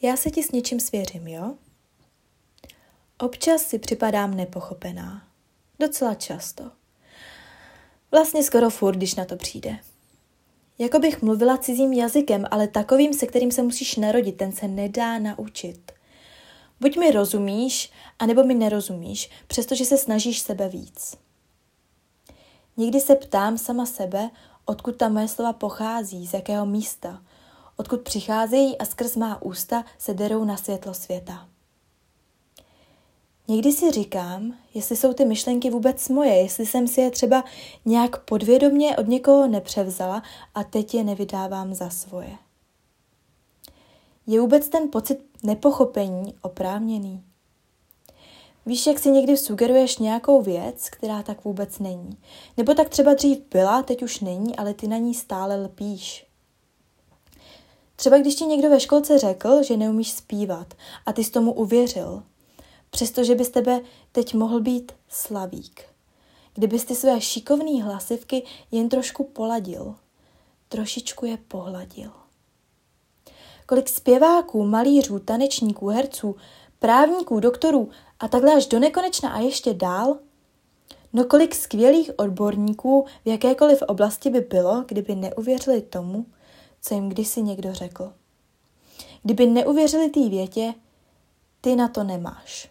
Já se ti s něčím svěřím, jo? Občas si připadám nepochopená. Docela často. Vlastně skoro furt, když na to přijde. Jako bych mluvila cizím jazykem, ale takovým, se kterým se musíš narodit, ten se nedá naučit. Buď mi rozumíš, anebo mi nerozumíš, přestože se snažíš sebe víc. Někdy se ptám sama sebe, odkud ta moje slova pochází, z jakého místa, odkud přicházejí a skrz má ústa se derou na světlo světa. Někdy si říkám, jestli jsou ty myšlenky vůbec moje, jestli jsem si je třeba nějak podvědomě od někoho nepřevzala a teď je nevydávám za svoje. Je vůbec ten pocit nepochopení oprávněný? Víš, jak si někdy sugeruješ nějakou věc, která tak vůbec není. Nebo tak třeba dřív byla, teď už není, ale ty na ní stále lpíš. Třeba když ti někdo ve školce řekl, že neumíš zpívat a ty jsi tomu uvěřil, přestože by z tebe teď mohl být slavík. Kdybys ty své šikovný hlasivky jen trošku poladil, trošičku je pohladil. Kolik zpěváků, malířů, tanečníků, herců, právníků, doktorů a takhle až do nekonečna a ještě dál? No kolik skvělých odborníků v jakékoliv oblasti by bylo, kdyby neuvěřili tomu, co jim kdysi někdo řekl. Kdyby neuvěřili té větě, ty na to nemáš.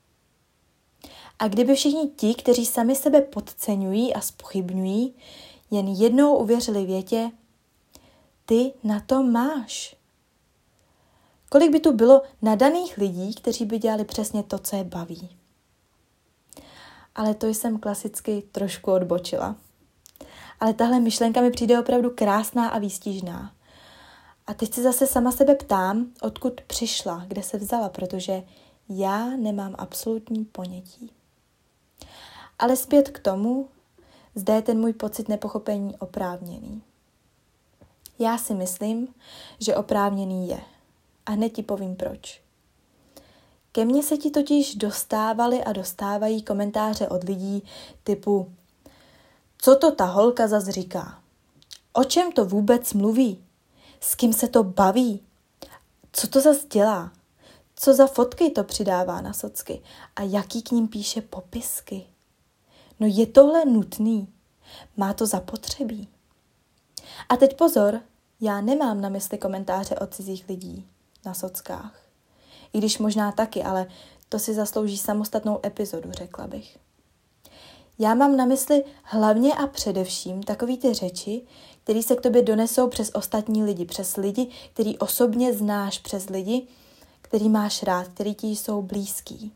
A kdyby všichni ti, kteří sami sebe podceňují a zpochybňují, jen jednou uvěřili větě, ty na to máš. Kolik by tu bylo nadaných lidí, kteří by dělali přesně to, co je baví. Ale to jsem klasicky trošku odbočila. Ale tahle myšlenka mi přijde opravdu krásná a výstižná. A teď se zase sama sebe ptám, odkud přišla, kde se vzala, protože já nemám absolutní ponětí. Ale zpět k tomu, zde je ten můj pocit nepochopení oprávněný. Já si myslím, že oprávněný je. A hned ti povím proč. Ke mně se ti totiž dostávaly a dostávají komentáře od lidí typu co to ta holka zas říká? O čem to vůbec mluví? S kým se to baví? Co to zas dělá? Co za fotky to přidává na socky? A jaký k ním píše popisky? No je tohle nutný? Má to zapotřebí? A teď pozor, já nemám na mysli komentáře od cizích lidí na sockách. I když možná taky, ale to si zaslouží samostatnou epizodu, řekla bych. Já mám na mysli hlavně a především takový ty řeči, které se k tobě donesou přes ostatní lidi, přes lidi, který osobně znáš, přes lidi, který máš rád, který ti jsou blízký.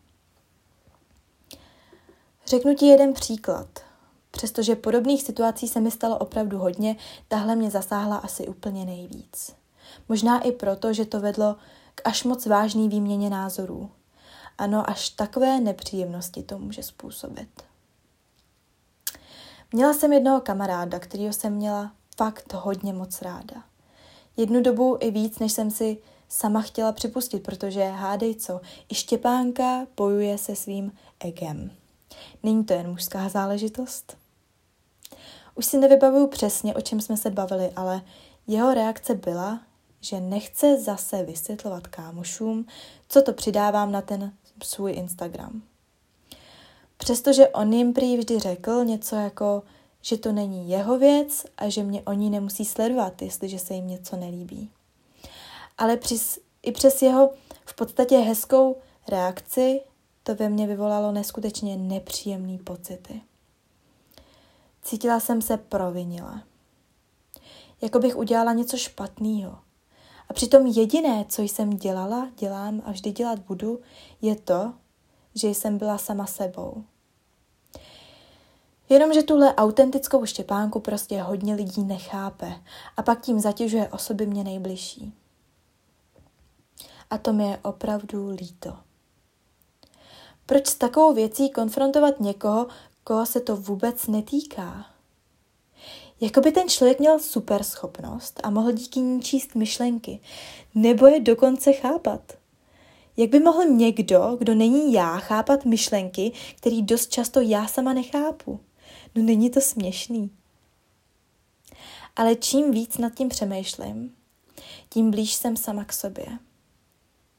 Řeknu ti jeden příklad. Přestože podobných situací se mi stalo opravdu hodně, tahle mě zasáhla asi úplně nejvíc. Možná i proto, že to vedlo k až moc vážný výměně názorů. Ano, až takové nepříjemnosti to může způsobit. Měla jsem jednoho kamaráda, kterýho jsem měla fakt hodně moc ráda. Jednu dobu i víc, než jsem si sama chtěla připustit, protože hádej co, i Štěpánka bojuje se svým egem. Není to jen mužská záležitost? Už si nevybavuju přesně, o čem jsme se bavili, ale jeho reakce byla, že nechce zase vysvětlovat kámošům, co to přidávám na ten svůj Instagram. Přestože on jim prý vždy řekl něco jako, že to není jeho věc a že mě oni nemusí sledovat, jestliže se jim něco nelíbí. Ale i přes jeho v podstatě hezkou reakci to ve mně vyvolalo neskutečně nepříjemné pocity. Cítila jsem se provinile. Jako bych udělala něco špatného. A přitom jediné, co jsem dělala, dělám a vždy dělat budu, je to, že jsem byla sama sebou. Jenomže tuhle autentickou Štěpánku prostě hodně lidí nechápe a pak tím zatěžuje osoby mě nejbližší. A to mi je opravdu líto. Proč s takovou věcí konfrontovat někoho, koho se to vůbec netýká? Jakoby ten člověk měl super schopnost a mohl díky ní číst myšlenky, nebo je dokonce chápat. Jak by mohl někdo, kdo není já, chápat myšlenky, které dost často já sama nechápu? No není to směšný. Ale čím víc nad tím přemýšlím, tím blíž jsem sama k sobě.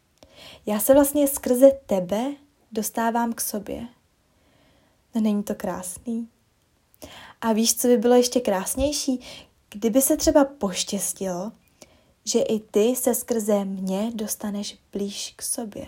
Já se vlastně skrze tebe dostávám k sobě. No není to krásný? A víš, co by bylo ještě krásnější? Kdyby se třeba poštěstilo, že i ty se skrze mě dostaneš blíž k sobě.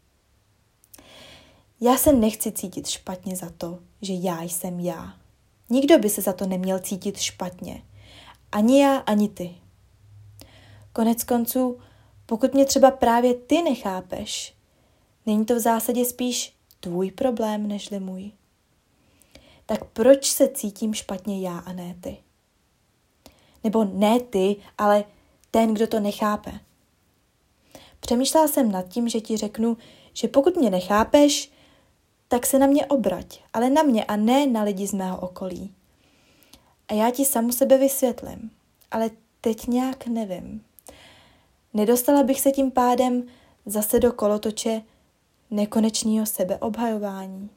Já se nechci cítit špatně za to, že já jsem já. Nikdo by se za to neměl cítit špatně. Ani já, ani ty. Konec konců, pokud mě třeba právě ty nechápeš, není to v zásadě spíš tvůj problém, nežli můj. Tak proč se cítím špatně já a ne ty? Nebo ne ty, ale ten, kdo to nechápe. Přemýšlela jsem nad tím, že ti řeknu, že pokud mě nechápeš, tak se na mě obrať, ale na mě a ne na lidi z mého okolí. A já ti samu sebe vysvětlím, ale teď nějak nevím. Nedostala bych se tím pádem zase do kolotoče nekonečného sebeobhajování.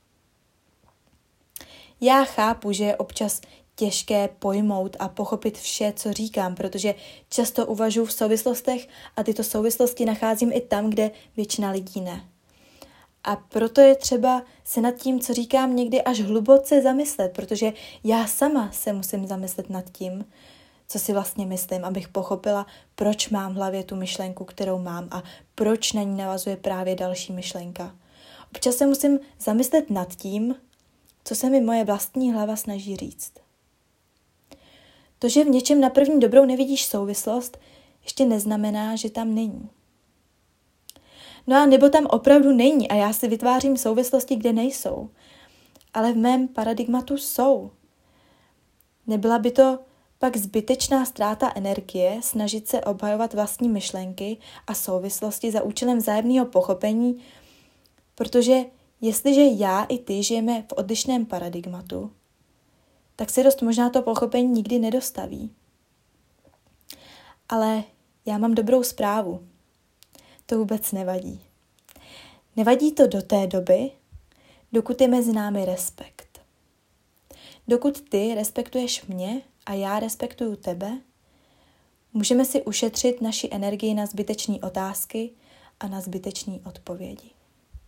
Já chápu, že je občas těžké pojmout a pochopit vše, co říkám, protože často uvažuji v souvislostech a tyto souvislosti nacházím i tam, kde většina lidí ne. A proto je třeba se nad tím, co říkám, někdy až hluboce zamyslet, protože já sama se musím zamyslet nad tím, co si vlastně myslím, abych pochopila, proč mám v hlavě tu myšlenku, kterou mám a proč na ní navazuje právě další myšlenka. Občas se musím zamyslet nad tím, co se mi moje vlastní hlava snaží říct. To, že v něčem na první dobrou nevidíš souvislost, ještě neznamená, že tam není. No a nebo tam opravdu není a já si vytvářím souvislosti, kde nejsou. Ale v mém paradigmatu jsou. Nebyla by to pak zbytečná ztráta energie snažit se obhajovat vlastní myšlenky a souvislosti za účelem vzájemného pochopení, protože jestliže já i ty žijeme v odlišném paradigmatu, tak se dost možná to pochopení nikdy nedostaví. Ale já mám dobrou zprávu. To vůbec nevadí. Nevadí to do té doby, dokud je mezi námi respekt. Dokud ty respektuješ mě a já respektuju tebe, můžeme si ušetřit naši energii na zbytečné otázky a na zbytečné odpovědi.